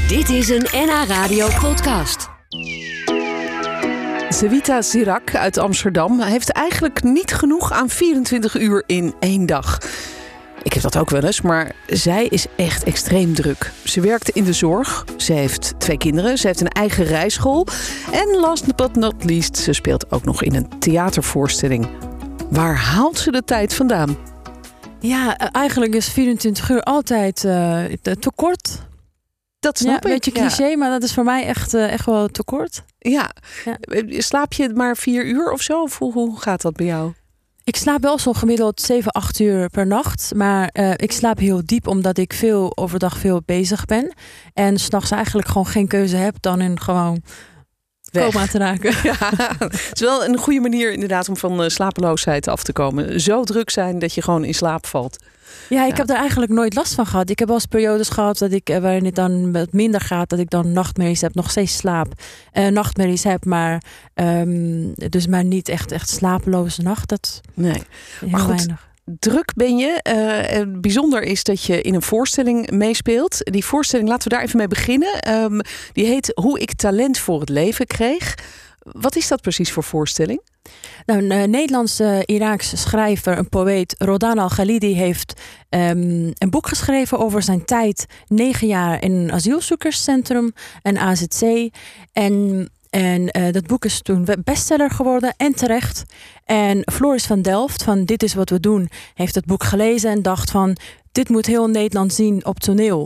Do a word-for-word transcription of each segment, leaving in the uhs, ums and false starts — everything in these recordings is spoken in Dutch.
Dit is een N H Radio podcast. Zewita Zirak uit Amsterdam heeft eigenlijk niet genoeg aan vierentwintig uur in één dag. Ik heb dat ook wel eens, maar zij is echt extreem druk. Ze werkt in de zorg, ze heeft twee kinderen, ze heeft een eigen rijschool. En last but not least, ze speelt ook nog in een theatervoorstelling. Waar haalt ze de tijd vandaan? Ja, eigenlijk is vierentwintig uur altijd uh, te kort. Dat snap ja, ik. Een beetje cliché, ja. Maar dat is voor mij echt, uh, echt wel te kort. Ja. ja. Slaap je maar vier uur of zo? Of hoe, hoe gaat dat bij jou? Ik slaap wel zo'n gemiddeld zeven, acht uur per nacht. Maar uh, ik slaap heel diep omdat ik veel overdag veel bezig ben. En 's nachts eigenlijk gewoon geen keuze heb dan in gewoon Weg. coma te raken. Ja, het is wel een goede manier inderdaad om van uh, slapeloosheid af te komen. Zo druk zijn dat je gewoon in slaap valt. Ja, ik ja. heb daar eigenlijk nooit last van gehad. Ik heb wel eens periodes gehad dat ik, waarin het dan wat minder gaat. Dat ik dan nachtmerries heb, nog steeds slaap. Uh, nachtmerries heb, maar, um, dus maar niet echt, echt slapeloze nacht. Dat nee, heel maar goed. weinig. Druk ben je. Uh, bijzonder is dat je in een voorstelling meespeelt. Die voorstelling, laten we daar even mee beginnen. Um, die heet Hoe ik talent voor het leven kreeg. Wat is dat precies voor voorstelling? Nou, een uh, Nederlandse-Iraakse schrijver, een poëet, Rodan Al-Khalidi, heeft um, een boek geschreven over zijn tijd. Negen jaar in een asielzoekerscentrum, een A Z C. En En uh, dat boek is toen bestseller geworden en terecht. En Floris van Delft van Dit is wat we doen heeft het boek gelezen en dacht van dit moet heel Nederland zien op toneel.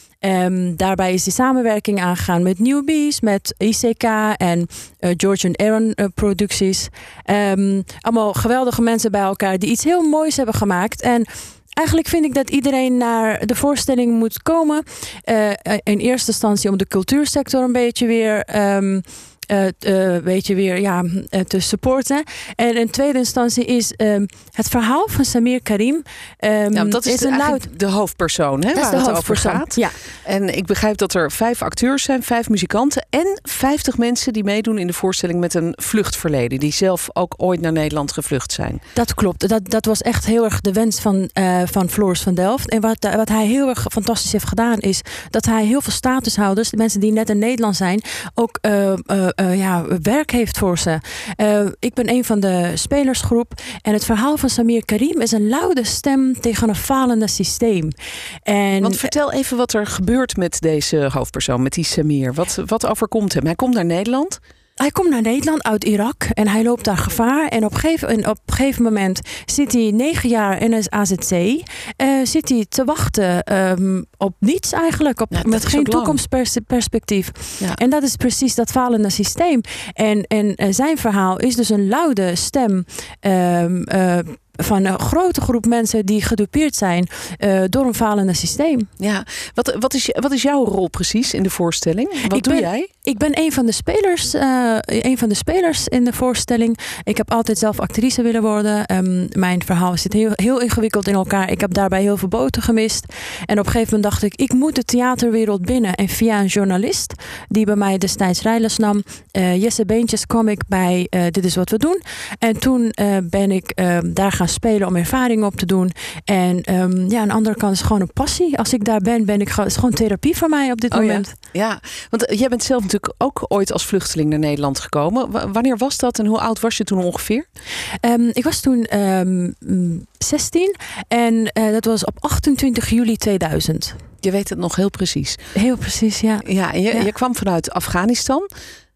Um, daarbij is die samenwerking aangegaan met Newbies, met I C K en uh, George and Aaron uh, producties. Um, allemaal geweldige mensen bij elkaar die iets heel moois hebben gemaakt. En eigenlijk vind ik dat iedereen naar de voorstelling moet komen. Uh, in eerste instantie om de cultuursector een beetje weer Um, Uh, uh, weet je weer ja, uh, te supporten. En in tweede instantie is um, het verhaal van Samir Karim. Um, ja, dat is, is de, een luid... de hoofdpersoon, hè, dat waar is de het hoofdpersoon. over gaat. Ja. En ik begrijp dat er vijf acteurs zijn, vijf muzikanten en vijftig mensen die meedoen in de voorstelling met een vluchtverleden. Die zelf ook ooit naar Nederland gevlucht zijn. Dat klopt. Dat, dat was echt heel erg de wens van, uh, van Floris van Delft. En wat, wat hij heel erg fantastisch heeft gedaan is dat hij heel veel statushouders, de mensen die net in Nederland zijn, ook uh, uh, uh, ja, werk heeft voor ze. Uh, ik ben een van de spelersgroep. En het verhaal van Samir Karim is een luide stem tegen een falende systeem. En Want vertel even wat er gebeurt met deze hoofdpersoon, met die Samir. Wat, wat overkomt hem? Hij komt naar Nederland. Hij komt naar Nederland uit Irak en hij loopt daar gevaar. En op een gegeven, op een gegeven moment zit hij negen jaar in een A Z C. Uh, zit hij te wachten um, op niets eigenlijk. Op, ja, met geen toekomstperspectief. Ja. En dat is precies dat falende systeem. En, en uh, zijn verhaal is dus een luide stem Um, uh, van een grote groep mensen die gedupeerd zijn uh, door een falende systeem. Ja, wat, wat, is, wat is jouw rol precies in de voorstelling? Wat ik doe ben, jij? Ik ben een van de spelers, uh, een van de spelers in de voorstelling. Ik heb altijd zelf actrice willen worden. Um, mijn verhaal zit heel, heel ingewikkeld in elkaar. Ik heb daarbij heel veel boten gemist. En op een gegeven moment dacht ik, ik moet de theaterwereld binnen. En via een journalist die bij mij destijds rijles nam, uh, Jesse Beentjes, kwam ik bij uh, Dit is wat we doen. En toen uh, ben ik uh, daar gaan spelen om ervaring op te doen. En um, ja, aan de andere kant is het gewoon een passie. Als ik daar ben, ben ik gewoon, is gewoon therapie voor mij op dit oh, moment. Ja. ja, want uh, jij bent zelf natuurlijk ook ooit als vluchteling naar Nederland gekomen. W- wanneer was dat en hoe oud was je toen ongeveer? Um, ik was toen um, zestien en uh, dat was op achtentwintig juli tweeduizend. Je weet het nog heel precies. Heel precies, ja. Ja, en je, ja. je kwam vanuit Afghanistan.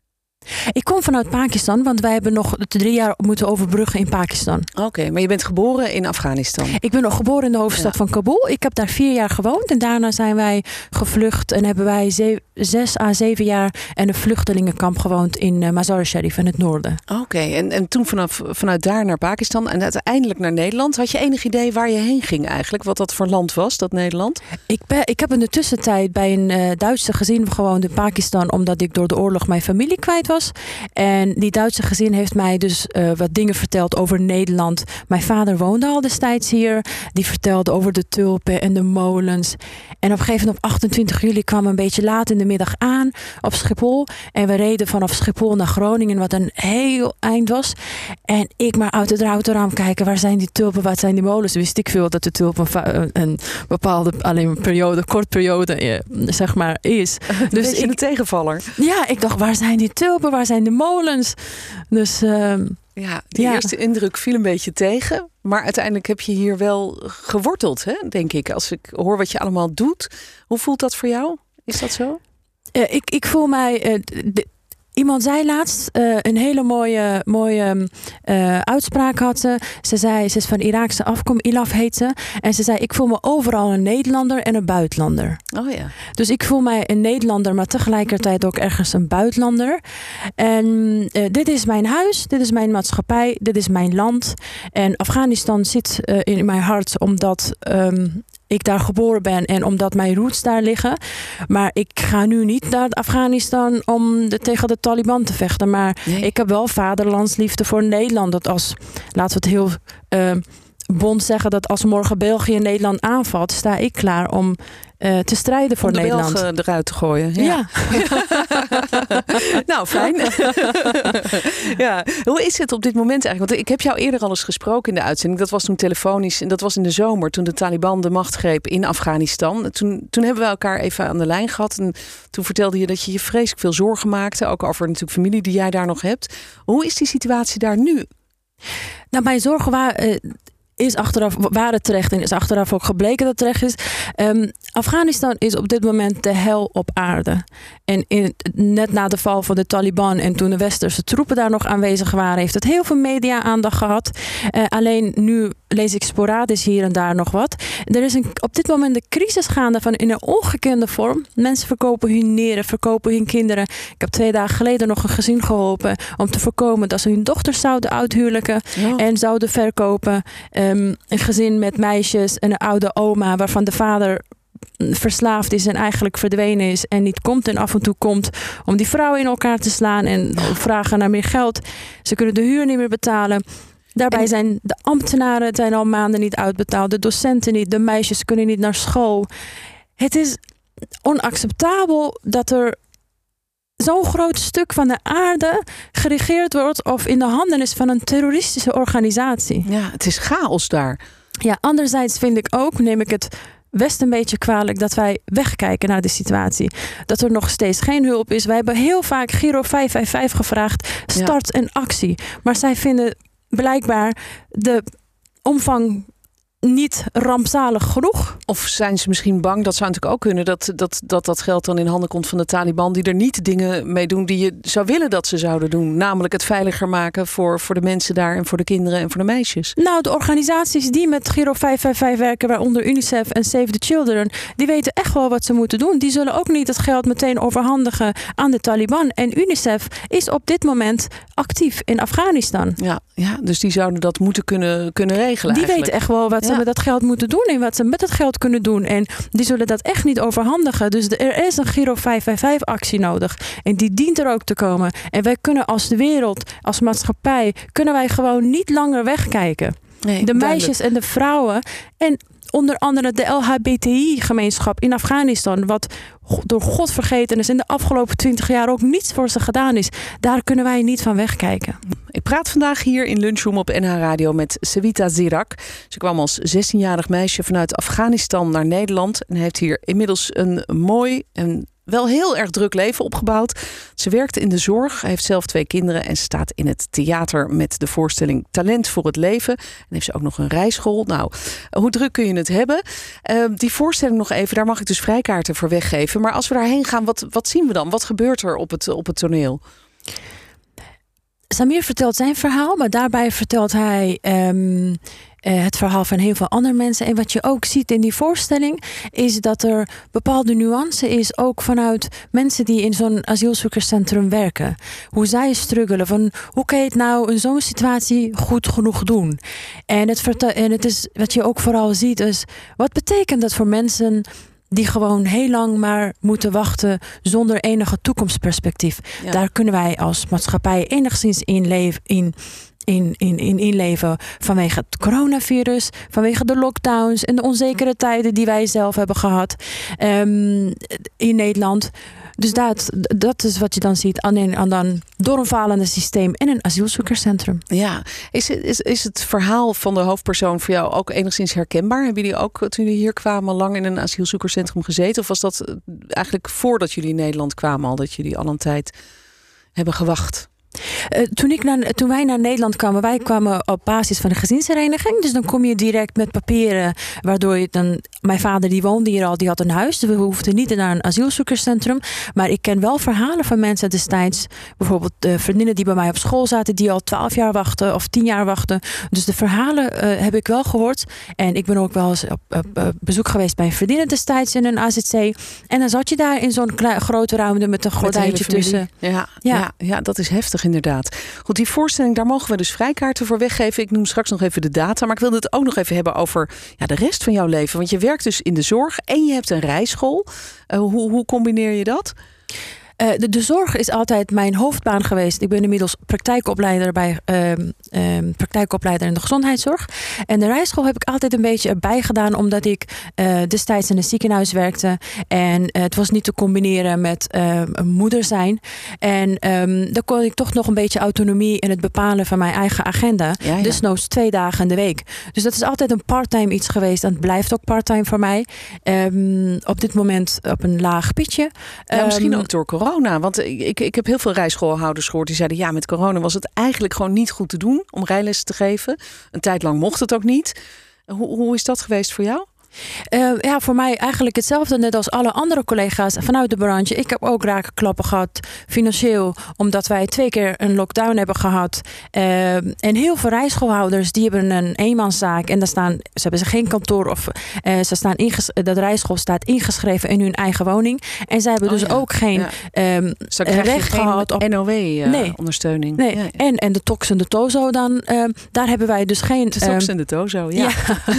Ik kom vanuit Pakistan, want wij hebben nog drie jaar moeten overbruggen in Pakistan. Oké, okay, maar je bent geboren in Afghanistan. Ik ben nog geboren in de hoofdstad ja. van Kabul. Ik heb daar vier jaar gewoond en daarna zijn wij gevlucht en hebben wij ze- zes à zeven jaar in een vluchtelingenkamp gewoond in uh, Mazar-e-Sharif in het noorden. Oké, okay, en, en toen vanaf, vanuit daar naar Pakistan en uiteindelijk naar Nederland. Had je enig idee waar je heen ging eigenlijk? Wat dat voor land was, dat Nederland? Ik, ben, ik heb in de tussentijd bij een uh, Duitse gezin gewoond in Pakistan, omdat ik door de oorlog mijn familie kwijt was. was. En die Duitse gezin heeft mij dus uh, wat dingen verteld over Nederland. Mijn vader woonde al destijds hier. Die vertelde over de tulpen en de molens. En op een gegeven moment op achtentwintig juli kwam een beetje laat in de middag aan op Schiphol. En we reden vanaf Schiphol naar Groningen, wat een heel eind was. En ik maar uit het autoraam kijken, waar zijn die tulpen, waar zijn die molens? Wist ik veel dat de tulpen een, een bepaalde alleen een periode, kort periode, zeg maar, is. Dus beetje ik, een tegenvaller. Ja, ik dacht, waar zijn die tulpen, waar zijn de molens? Dus uh, ja, die ja. eerste indruk viel een beetje tegen. Maar uiteindelijk heb je hier wel geworteld, hè, denk ik. Als ik hoor wat je allemaal doet. Hoe voelt dat voor jou? Is dat zo? Uh, ik, ik voel mij... Uh, de, Iemand zei laatst uh, een hele mooie, mooie uh, uitspraak had ze. Ze zei, ze is van Iraakse afkomst, Ilaf heet ze. En ze zei, ik voel me overal een Nederlander en een buitenlander. Oh ja. Dus ik voel mij een Nederlander, maar tegelijkertijd ook ergens een buitenlander. En uh, dit is mijn huis, dit is mijn maatschappij, dit is mijn land. En Afghanistan zit uh, in mijn hart omdat... Um, ik daar geboren ben en omdat mijn roots daar liggen. Maar ik ga nu niet naar Afghanistan om de, tegen de Taliban te vechten. Maar nee. Ik heb wel vaderlandsliefde voor Nederland. Dat als, laten we het heel uh, bond zeggen, dat als morgen België Nederland aanvalt, sta ik klaar om uh, te strijden voor om de Nederland. Belgen eruit te gooien. Ja. ja. Nou, fijn. Ja. Hoe is het op dit moment eigenlijk? Want ik heb jou eerder al eens gesproken in de uitzending. Dat was toen telefonisch en dat was in de zomer toen de Taliban de macht greep in Afghanistan. Toen, toen hebben we elkaar even aan de lijn gehad. En toen vertelde je dat je je vreselijk veel zorgen maakte. Ook over natuurlijk familie die jij daar nog hebt. Hoe is die situatie daar nu? Nou, mijn zorgen waren... Uh, is achteraf, waren terecht en is achteraf ook gebleken dat het terecht is. Um, Afghanistan is op dit moment de hel op aarde. En in, net na de val van de Taliban en toen de westerse troepen daar nog aanwezig waren, heeft het heel veel media-aandacht gehad. Uh, alleen nu lees ik sporadisch hier en daar nog wat. Er is een, op dit moment een crisis gaande van in een ongekende vorm. Mensen verkopen hun neren, verkopen hun kinderen. Ik heb twee dagen geleden nog een gezin geholpen om te voorkomen dat ze hun dochters zouden uithuwelijken ja. en zouden verkopen. Um, een gezin met meisjes en een oude oma waarvan de vader verslaafd is en eigenlijk verdwenen is en niet komt en af en toe komt om die vrouwen in elkaar te slaan en vragen naar meer geld. Ze kunnen de huur niet meer betalen. Daarbij zijn de ambtenaren zijn al maanden niet uitbetaald, de docenten niet, de meisjes kunnen niet naar school. Het is onacceptabel dat er zo'n groot stuk van de aarde geregeerd wordt of in de handen is van een terroristische organisatie. Ja, het is chaos daar. Ja, anderzijds vind ik ook, neem ik het best een beetje kwalijk dat wij wegkijken naar de situatie. Dat er nog steeds geen hulp is. Wij hebben heel vaak Giro vijf vijf vijf gevraagd, start ja. en actie. Maar zij vinden blijkbaar de omvang niet rampzalig genoeg. Of zijn ze misschien bang, dat zou natuurlijk ook kunnen, dat dat, dat dat geld dan in handen komt van de Taliban, die er niet dingen mee doen die je zou willen dat ze zouden doen. Namelijk het veiliger maken voor, voor de mensen daar en voor de kinderen en voor de meisjes. Nou, de organisaties die met Giro vijf vijf vijf werken, waaronder UNICEF en Save the Children, die weten echt wel wat ze moeten doen. Die zullen ook niet het geld meteen overhandigen aan de Taliban. En UNICEF is op dit moment actief in Afghanistan. Ja, ja dus die zouden dat moeten kunnen, kunnen regelen. Die eigenlijk. weten echt wel wat ze ja. met dat geld moeten doen en wat ze met dat geld kunnen doen. En die zullen dat echt niet overhandigen. Dus er is een Giro vijf vijf vijf actie nodig. En die dient er ook te komen. En wij kunnen als de wereld, als maatschappij, kunnen wij gewoon niet langer wegkijken. Nee, de meisjes duidelijk. En de vrouwen. En onder andere de L H B T I-gemeenschap in Afghanistan, wat door God vergeten is en de afgelopen twintig jaar ook niets voor ze gedaan is. Daar kunnen wij niet van wegkijken. Ik praat vandaag hier in Lunchroom op N H Radio met Sewita Zirak. Ze kwam als zestienjarig meisje vanuit Afghanistan naar Nederland en heeft hier inmiddels een mooi en wel heel erg druk leven opgebouwd. Ze werkte in de zorg, heeft zelf twee kinderen en staat in het theater met de voorstelling Talent voor het Leven. En heeft ze ook nog een rijschool. Nou, hoe druk kun je het hebben? Uh, die voorstelling nog even, daar mag ik dus vrijkaarten voor weggeven. Maar als we daarheen gaan, wat, wat zien we dan? Wat gebeurt er op het, op het toneel? Samir vertelt zijn verhaal, maar daarbij vertelt hij um, uh, het verhaal van heel veel andere mensen. En wat je ook ziet in die voorstelling is dat er bepaalde nuance is, ook vanuit mensen die in zo'n asielzoekerscentrum werken. Hoe zij struggelen, van hoe kan je het nou in zo'n situatie goed genoeg doen? En het, vertel- en het is wat je ook vooral ziet is, wat betekent dat voor mensen die gewoon heel lang maar moeten wachten zonder enige toekomstperspectief. Ja. Daar kunnen wij als maatschappij enigszins in leven. In, In, in, in inleven vanwege het coronavirus, vanwege de lockdowns en de onzekere tijden die wij zelf hebben gehad um, in Nederland. Dus dat, dat is wat je dan ziet aan een, aan een door een falende systeem en een asielzoekerscentrum. Ja, is, is, is het verhaal van de hoofdpersoon voor jou ook enigszins herkenbaar? Hebben jullie ook, toen jullie hier kwamen, lang in een asielzoekerscentrum gezeten? Of was dat eigenlijk voordat jullie in Nederland kwamen al, dat jullie al een tijd hebben gewacht? Uh, toen, ik naar, toen wij naar Nederland kwamen, wij kwamen op basis van een gezinshereniging. Dus dan kom je direct met papieren, waardoor je dan... Mijn vader die woonde hier al, die had een huis. Dus we hoefden niet naar een asielzoekerscentrum. Maar ik ken wel verhalen van mensen destijds. Bijvoorbeeld de vriendinnen die bij mij op school zaten, die al twaalf jaar wachten of tien jaar wachten. Dus de verhalen uh, heb ik wel gehoord. En ik ben ook wel eens op, op, op bezoek geweest bij vriendinnen destijds in een A Z C. En dan zat je daar in zo'n klein, grote ruimte met een gordijntje tussen. Ja, ja. Ja, ja, dat is heftig inderdaad. Goed, die voorstelling, daar mogen we dus vrijkaarten voor weggeven. Ik noem straks nog even de data. Maar ik wilde het ook nog even hebben over ja, de rest van jouw leven. Want je werkt dus in de zorg en je hebt een rijschool. Uh, hoe, hoe combineer je dat? Uh, de, de zorg is altijd mijn hoofdbaan geweest. Ik ben inmiddels praktijkopleider bij uh, uh, praktijkopleider in de gezondheidszorg. En de rijschool heb ik altijd een beetje erbij gedaan, omdat ik uh, destijds in een ziekenhuis werkte. En uh, het was niet te combineren met uh, een moeder zijn. En um, dan kon ik toch nog een beetje autonomie in het bepalen van mijn eigen agenda. Ja, ja. Desnoods twee dagen in de week. Dus dat is altijd een parttime iets geweest. En het blijft ook parttime voor mij. Um, op dit moment op een laag pitje. Ja, misschien um, ook door corona. Want ik, ik heb heel veel rijschoolhouders gehoord die zeiden, ja, met corona was het eigenlijk gewoon niet goed te doen om rijlessen te geven. Een tijd lang mocht het ook niet. Hoe, hoe is dat geweest voor jou? Uh, ja, voor mij eigenlijk hetzelfde, net als alle andere collega's vanuit de branche. Ik heb ook raakklappen gehad, financieel, omdat wij twee keer een lockdown hebben gehad. Uh, en heel veel rijschoolhouders, die hebben een eenmanszaak en daar staan, ze hebben geen kantoor of uh, ze staan inges- dat rijschool staat ingeschreven in hun eigen woning. En zij hebben oh, dus ja. ook geen ja. um, dus recht gehad op N O W-ondersteuning. Uh, nee. nee. Ja. En, en de tox en de tozo dan, uh, daar hebben wij dus geen... De tox en de tozo, ja.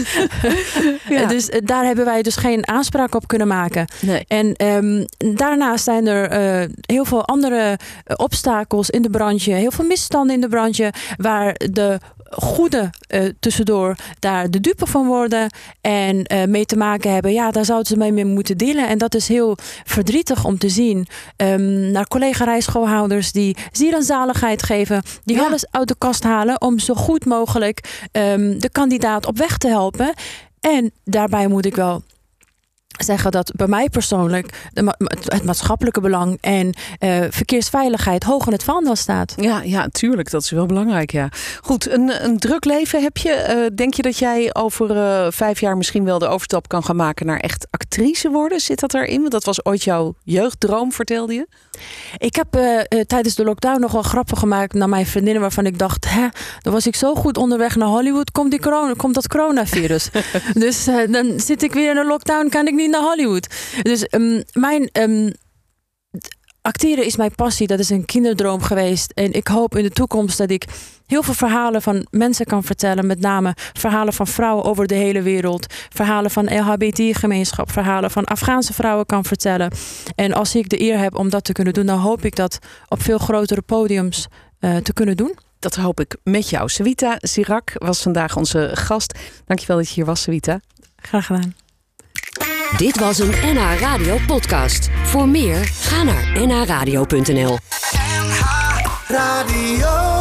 ja. ja. Dus Dus daar hebben wij dus geen aanspraak op kunnen maken. Nee. En um, daarnaast zijn er uh, heel veel andere uh, obstakels in de branche. Heel veel misstanden in de branche. Waar de goede uh, tussendoor daar de dupe van worden. En uh, mee te maken hebben. Ja, daar zouden ze mee, mee moeten dealen. En dat is heel verdrietig om te zien. Um, naar collega-rijschoolhouders die ziel en zaligheid geven. Die ja. alles uit de kast halen om zo goed mogelijk um, de kandidaat op weg te helpen. En daarbij moet ik wel zeggen dat bij mij persoonlijk de ma- het maatschappelijke belang en uh, verkeersveiligheid hoog in het vaandel staat. Ja, ja, tuurlijk. Dat is wel belangrijk, ja. Goed, een, een druk leven heb je. Uh, denk je dat jij over uh, vijf jaar misschien wel de overstap kan gaan maken naar echt actrice worden? Zit dat erin? Want dat was ooit jouw jeugddroom, vertelde je. Ik heb uh, uh, tijdens de lockdown nog wel grappen gemaakt naar mijn vriendinnen waarvan ik dacht, hè, dan was ik zo goed onderweg naar Hollywood, komt, die corona, komt dat coronavirus. Dus uh, dan zit ik weer in een lockdown, kan ik niet naar Hollywood. Dus um, mijn um, acteren is mijn passie. Dat is een kinderdroom geweest. En ik hoop in de toekomst dat ik heel veel verhalen van mensen kan vertellen. Met name verhalen van vrouwen over de hele wereld. Verhalen van L H B T-gemeenschap. Verhalen van Afghaanse vrouwen kan vertellen. En als ik de eer heb om dat te kunnen doen, dan hoop ik dat op veel grotere podiums uh, te kunnen doen. Dat hoop ik met jou. Savita Sirak was vandaag onze gast. Dankjewel dat je hier was, Savita. Graag gedaan. Dit was een N H Radio podcast. Voor meer, ga naar n h radio punt n l. N H Radio.